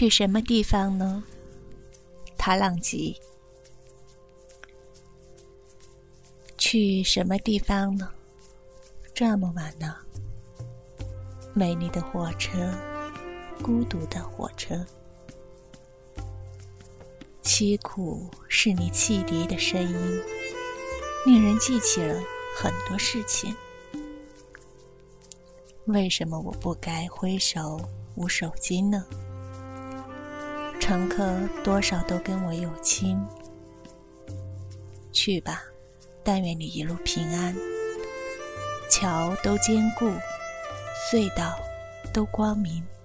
去什么地方呢？塔朗吉。去什么地方呢？这么晚了。美丽的火车，孤独的火车。凄苦是你汽笛的声音，令人记起了很多事情。为什么我不该挥手无手机呢？乘客多少都跟我有亲。去吧，但愿你一路平安，桥都坚固，隧道都光明。